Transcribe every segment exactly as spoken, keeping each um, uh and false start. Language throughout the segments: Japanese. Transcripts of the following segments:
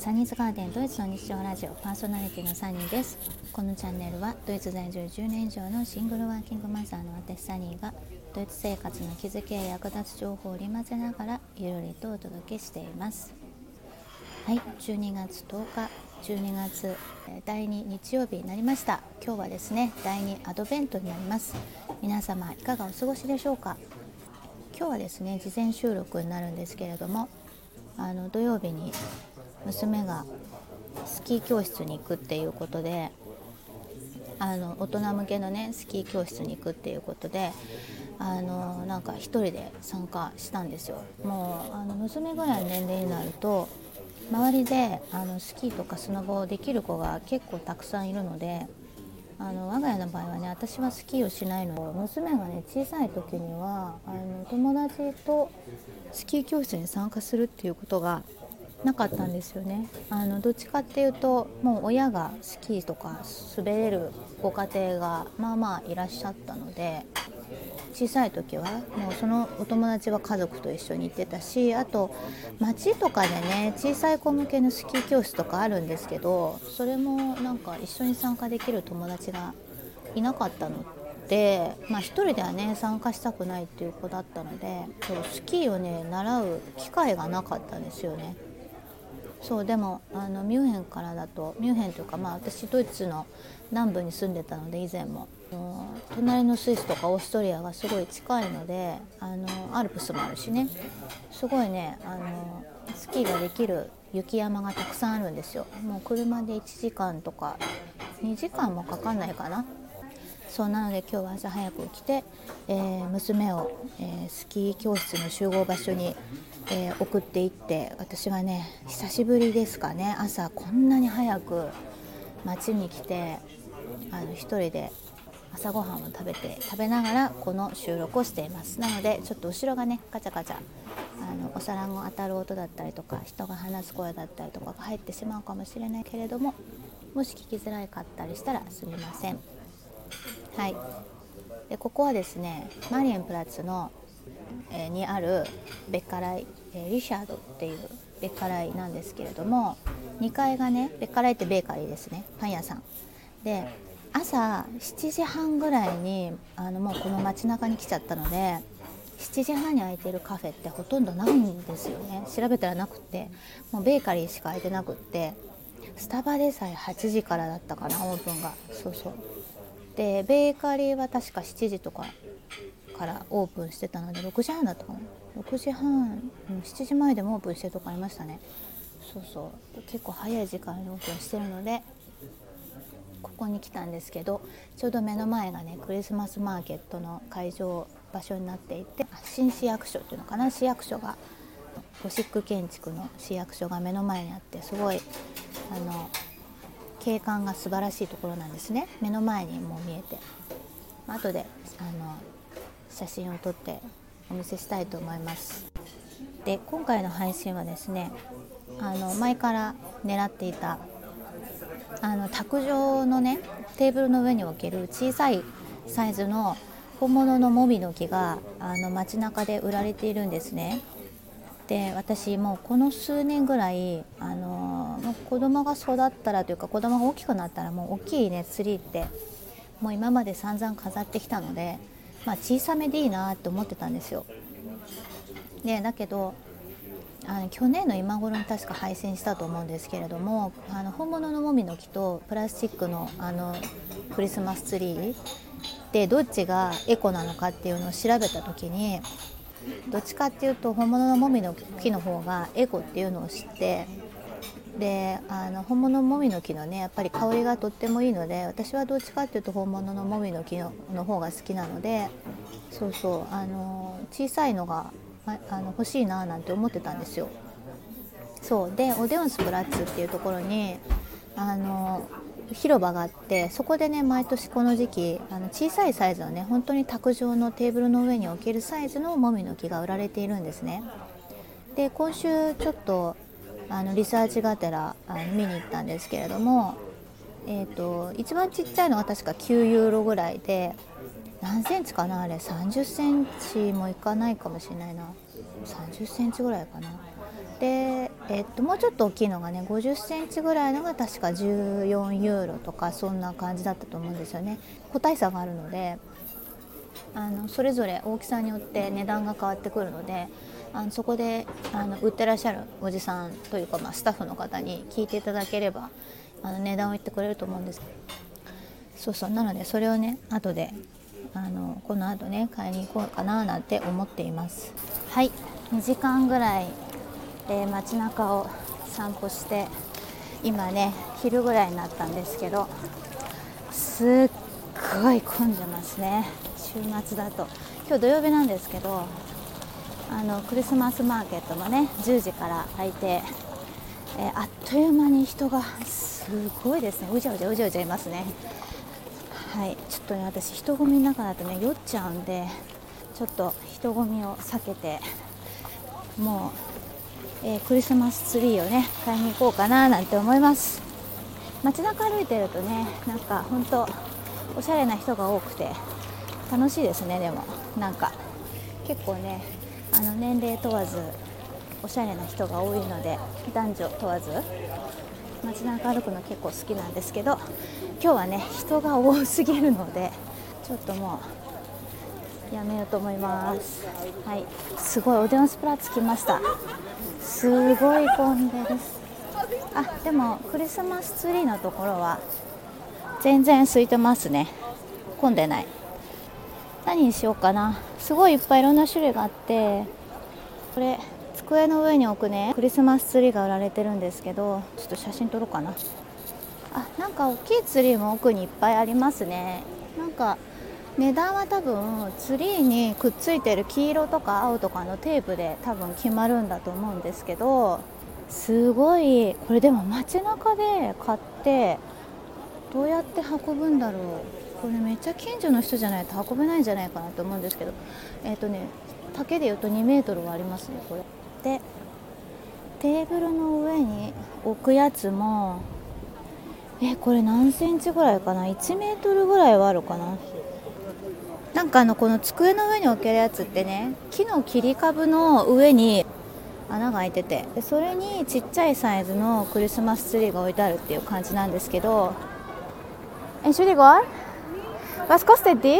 サニーズガーデンドイツの日常ラジオパーソナリティのサニーです。このチャンネルはドイツ在住じゅうねん以上のシングルワーキングマザーの私サニーがドイツ生活の気づきや役立つ情報を織り交ぜながらゆるりとお届けしています。はい、じゅうにがつとおか、じゅうにがつだいに日曜日になりました。今日はですね、だいにアドベントになります。皆様いかがお過ごしでしょうか。今日はですね、事前収録になるんですけれども、あの土曜日に娘がスキー教室に行くっていうことで、あの大人向けのねスキー教室に行くっていうことで、あのなんか一人で参加したんですよ。もうあの娘ぐらいの年齢になると周りであのスキーとかスノボをできる子が結構たくさんいるので、あの我が家の場合はね、私はスキーをしないので、娘がね小さい時にはあの友達とスキー教室に参加するっていうことがなかったんですよね。あのどっちかっていうと、もう親がスキーとか滑れるご家庭がまあまあいらっしゃったので、小さい時はもうそのお友達は家族と一緒に行ってたし、あと町とかでね小さい子向けのスキー教室とかあるんですけど、それもなんか一緒に参加できる友達がいなかったので、まあ一人ではね参加したくないっていう子だったので、そうスキーをね習う機会がなかったんですよね。そうでもあのミュンヘンからだと、ミュンヘンというか、まあ私ドイツの南部に住んでたので、以前も隣のスイスとかオーストリアがすごい近いので、あのアルプスもあるしね、すごいねあのスキーができる雪山がたくさんあるんですよ。もう車でいちじかんとかにじかんもかかんないかな。そうなので今日は朝早く起きて、えー、娘を、えー、スキー教室の集合場所に、えー、送っていって、私はね久しぶりですかね、朝こんなに早く街に来て、あの一人で朝ごはんを食べて食べながらこの収録をしています。なのでちょっと後ろがねガチャガチャ、あのお皿が当たる音だったりとか、人が話す声だったりとかが入ってしまうかもしれないけれども、もし聞きづらかったりしたらすみません。はい、でここはですね、マリエンプラッツの、えー、にあるベッカライ、えー、リシャードっていうベッカライなんですけれども、にかいがね、ベッカライってベーカリーですね、パン屋さんで、朝しちじはんぐらいにあのもうこの街中に来ちゃったので、しちじはんに開いてるカフェってほとんどないんですよね。調べたらなくって、もうベーカリーしか開いてなくって、スタバでさえはちじからだったかな、オープンが。そうそうで、ベーカリーは確かしちじとかからオープンしてたので、ろくじはんだったかな、ろくじはん、うん、しちじまえでもオープンしてるとこありましたね。そうそう結構早い時間にオープンしてるので、ここに来たんですけど、ちょうど目の前がねクリスマスマーケットの会場場所になっていて、新市役所っていうのかな、市役所がゴシック建築の市役所が目の前にあって、すごいあの景観が素晴らしいところなんですね。目の前にもう見えて、後であの写真を撮ってお見せしたいと思います。で今回の配信はですね、あの前から狙っていたあの卓上のねテーブルの上に置ける小さいサイズの本物のモミの木があの街中で売られているんですね。で私もうこの数年ぐらい、あのもう子供が育ったらというか、子供が大きくなったらもう大きいねツリーってもう今まで散々飾ってきたので、まあ、小さめでいいなって思ってたんですよ。でだけどあの去年の今頃に確か配信したと思うんですけれども、あの本物のモミの木とプラスチックのあのクリスマスツリーでどっちがエコなのかっていうのを調べた時に、どっちかっていうと本物のモミの木の方がエコっていうのを知って、であの本物のモミの木のねやっぱり香りがとってもいいので、私はどっちかっていうと本物のモミの木 の, の方が好きなので、そうそうあの小さいのがああの欲しいななんて思ってたんですよ。そうでオデオンスプラッツっていうところにあの広場があって、そこでね毎年この時期あの小さいサイズのね、本当に卓上のテーブルの上に置けるサイズのモミの木が売られているんですね。で今週ちょっとあのリサーチがてらあの見に行ったんですけれども、えーと、一番ちっちゃいのが確かきゅうユーロぐらいで、何センチかなあれ、さんじゅっセンチもいかないかもしれないな、さんじゅっセンチぐらいかな。 で、えっと、もうちょっと大きいのがねごじゅっセンチぐらいのが確かじゅうよんユーロとかそんな感じだったと思うんですよね。個体差があるので、あのそれぞれ大きさによって値段が変わってくるので、あのそこであの売ってらっしゃるおじさんというか、まあ、スタッフの方に聞いていただければあの値段を言ってくれると思うんです。そうそう、なのでそれをね後であのこの後ね買いに行こうかななんて思っています。はい、にじかんぐらい、えー、街中を散歩して、今ね昼ぐらいになったんですけど、すっごい混んでますね。週末だと、今日土曜日なんですけど、あのクリスマスマーケットもねじゅうじから開いて、えー、あっという間に人がすごいですね。うじゃうじゃうじゃうじゃいますね。はい、ちょっとね私人混みの中だとね酔っちゃうんで、ちょっと人混みを避けて、もう、えー、クリスマスツリーをね買いに行こうかななんて思います。街中歩いてるとね、なんか本当おしゃれな人が多くて楽しいですね。でもなんか結構ね、あの年齢問わずおしゃれな人が多いので、男女問わず街中歩くの結構好きなんですけど、今日はね人が多すぎるのでちょっともうやめようと思います。はい、すごいオデオンスプラッツ来ました。すごい混んでる。あ、でもクリスマスツリーのところは全然空いてますね。混んでない。何にしようかな。すごいいっぱいいろんな種類があって、これ机の上に置くねクリスマスツリーが売られてるんですけど、ちょっと写真撮ろうかな。あ、なんか大きいツリーも奥にいっぱいありますね。なんか値段は多分ツリーにくっついてる黄色とか青とかのテープで多分決まるんだと思うんですけど、すごいこれでも街中で買ってどうやって運ぶんだろう。これめっちゃ近所の人じゃないと運べないんじゃないかなと思うんですけど、えっとね丈でいうとにメートルはありますね。これでテーブルの上に置くやつも、えこれ何センチぐらいかな、いちメートルぐらいはあるかな。なんかあのこの机の上に置けるやつってね、木の切り株の上に穴が開いてて、でそれにちっちゃいサイズのクリスマスツリーが置いてあるっていう感じなんですけど、Entschuldigung, was kostet die?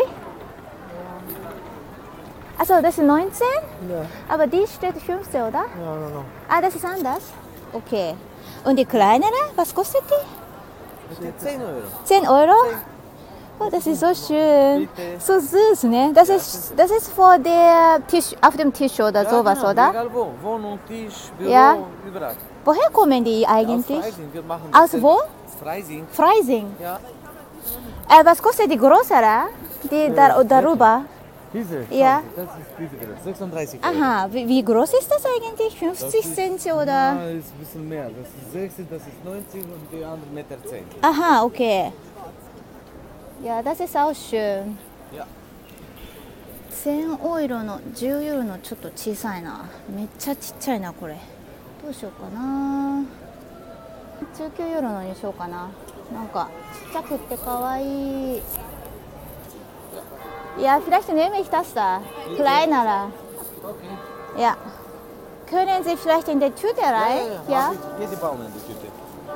Also das ist neunzehn? Ja. Aber die steht fünfzehn, oder? Ja, no, no. Ah, das ist anders? Okay. Und die kleinere, was kostet die? zehn Euro. zehn Euro? Oh, das ist so schön. Bitte. So süß, ne? Das ist, das ist vor der Tisch, auf dem Tisch oder Ja, sowas, genau, oder? egal wo. Wohnung, Tisch, Büro, Ja. überall. Woher kommen die Aus eigentlich? Freising. Wir machen Aus das wo? Freising. Freising. Ja. Äh, was kostet die größere? Die dar Äh, darüber? Diese? Ja. Das ist diese Größe. sechsunddreißig Euro. Aha, wie, wie groß ist das eigentlich? fünfzig Zentimeter oder? Ja, ist ein bisschen mehr. Das ist sechzig, das ist neunzig und die andere eins Komma zehn Meter. Aha, okay. Ja, das ist auch schön. Ja. せんオイロのじゅうユーロのちょっと小さいな。めっちゃちっちゃいなこれ。どうしようかな。じゅうきゅうユーロのにしようかな。なんかちっちゃくって可愛い。Ja, vielleicht nehme ich das da. Kleinerer. Okay. Ja. Können Sie vielleicht in die Tüte rein? Ja? Hier die Baum in die Tüte.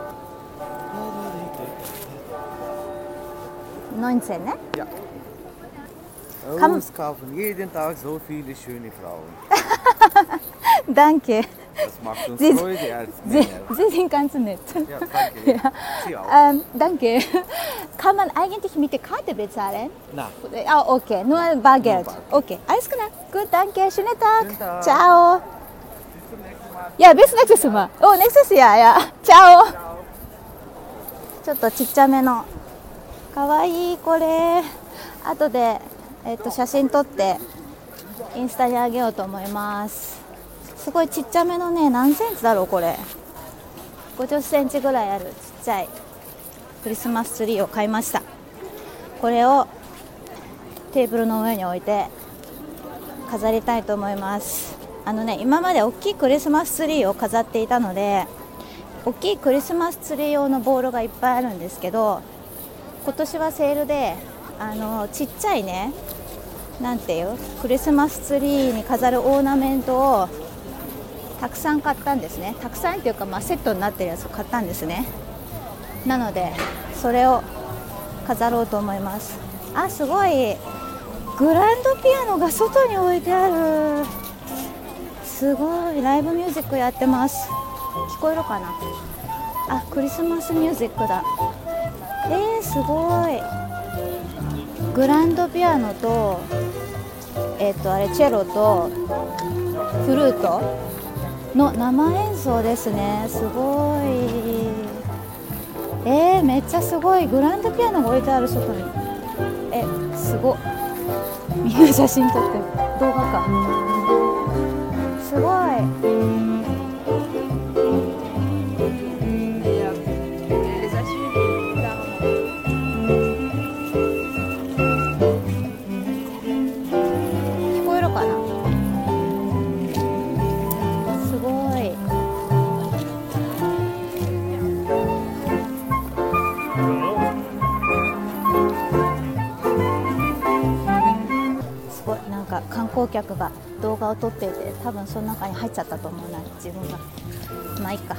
neunzehn, ne? Ja. Bei Kann- uns kaufen jeden Tag so viele schöne Frauen. Danke. Das macht uns Sie- Freude als Sie, Männer. Sie sind ganz nett. Ja, danke. Ja. Sie auch. Ähm, danke. Kann man eigentlich mit der Karte bezahlen? Na, Ah, okay, nur Bargeld. Nur Bargeld. Okay, alles klar. Gut, danke. Schönen Tag. Schönen Tag. Ciao. bis zum nächsten Mal. Ja, bis nächstes Mal. Oh, nächstes Jahr, ja. Ciao. ちょっとちっちゃめの。かわいいこれ。後で、えっと、写真撮ってインスタにあげようと思います。すごいちっちゃめのね、何センチだろうこれ。ごじゅっセンチぐらいあるちっちゃいクリスマスツリーを買いました。これをテーブルの上に置いて飾りたいと思います。あのね、今まで大きいクリスマスツリーを飾っていたので、大きいクリスマスツリー用のボールがいっぱいあるんですけど、今年はセールであのちっちゃいね、なんていうクリスマスツリーに飾るオーナメントをたくさん買ったんですね。たくさんっていうか、まあ、セットになってるやつを買ったんですね。なのでそれを飾ろうと思います。あ、すごいグランドピアノが外に置いてある。すごいライブミュージックやってます。聞こえるかな。あ、クリスマスミュージックだ。えー、すごい。グランドピアノとえっとあれチェロとフルートの生演奏ですね。すごい。えー、めっちゃすごい。グランドピアノが置いてある外に。え、すごっ。みんな写真撮ってる。動画か。すごい。観光客が動画を撮っていて、多分その中に入っちゃったと思うな、自分が。まあいいか。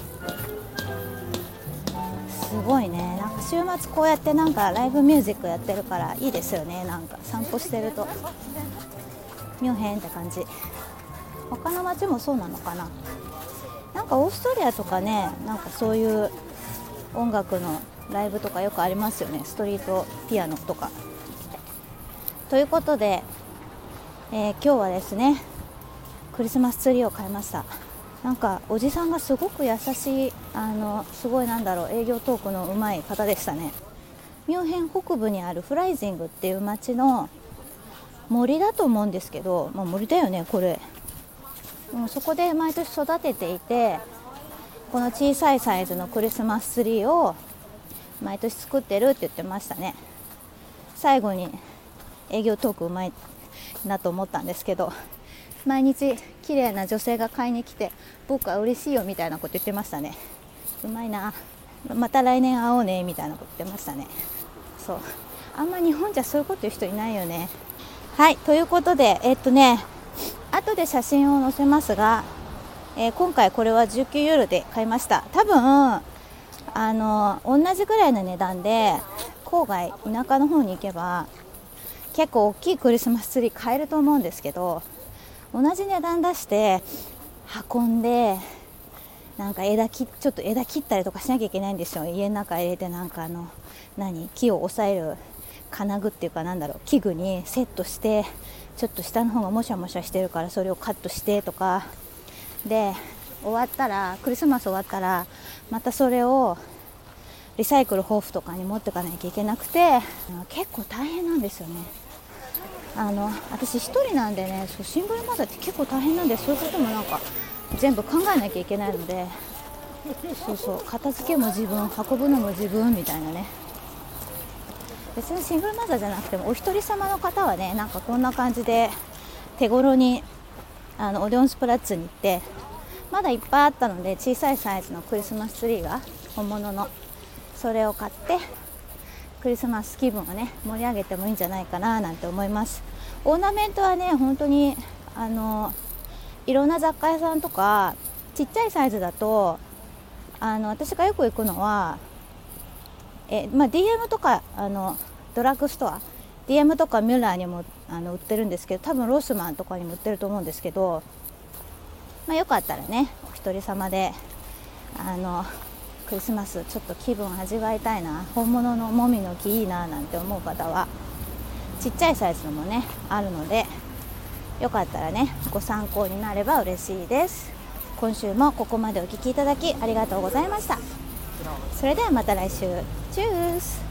すごいね。なんか週末こうやってなんかライブミュージックやってるからいいですよね。なんか散歩してるとミュンヘンって感じ。他の街もそうなのかな。なんかオーストリアとかね、なんかそういう音楽のライブとかよくありますよね。ストリートピアノとか。ということでえー、今日はですねクリスマスツリーを買いました。なんかおじさんがすごく優しい、あのすごいなんだろう、営業トークのうまい方でしたね。ミュンヘン北部にあるフライジングっていう町の森だと思うんですけど、まあ、森だよねこれ。もうそこで毎年育てていて、この小さいサイズのクリスマスツリーを毎年作ってるって言ってましたね。最後に営業トークうまいなと思ったんですけど、毎日綺麗な女性が買いに来て、僕は嬉しいよみたいなこと言ってましたね。うまいな、また来年会おうねみたいなこと言ってましたね。そう、あんま日本じゃそういうこと言う人いないよね。はい、ということでえっとね後で写真を載せますが、えー、今回これはじゅうきゅうユーロで買いました。多分あの同じぐらいの値段で郊外田舎の方に行けば結構大きいクリスマスツリー買えると思うんですけど、同じ値段出して運んでなんか枝切ちょっと枝切ったりとかしなきゃいけないんですよ。家の中入れてなんかあの何木を押さえる金具っていうかなんだろう、器具にセットして、ちょっと下の方がもしゃもしゃしてるからそれをカットしてとかで、終わったらクリスマス終わったらまたそれをリサイクル豊富とかに持ってかなきゃいけなくて、結構大変なんですよね。あの私一人なんでね、そうシングルマザーって結構大変なんで、そういうこともなんか全部考えなきゃいけないので、そうそう片付けも自分、運ぶのも自分みたいなね。別にシングルマザーじゃなくてもお一人様の方はね、なんかこんな感じで手頃にあのオデオンスプラッツに行って、まだいっぱいあったので小さいサイズのクリスマスツリーが本物の、それを買ってクリスマス気分をね盛り上げてもいいんじゃないかななんて思います。オーナメントはね本当にあのいろんな雑貨屋さんとか、ちっちゃいサイズだとあの私がよく行くのはえ、まあ、ディーエム とかあのドラッグストア ディーエム とかミュラーにもあの売ってるんですけど、多分ロスマンとかにも売ってると思うんですけど、まあ、よかったらねお一人様であのクリスマスちょっと気分味わいたいな、本物のもみの木いいななんて思う方はちっちゃいサイズのもねあるので、よかったらねご参考になれば嬉しいです。今週もここまでお聞きいただきありがとうございました。それではまた来週。チュース。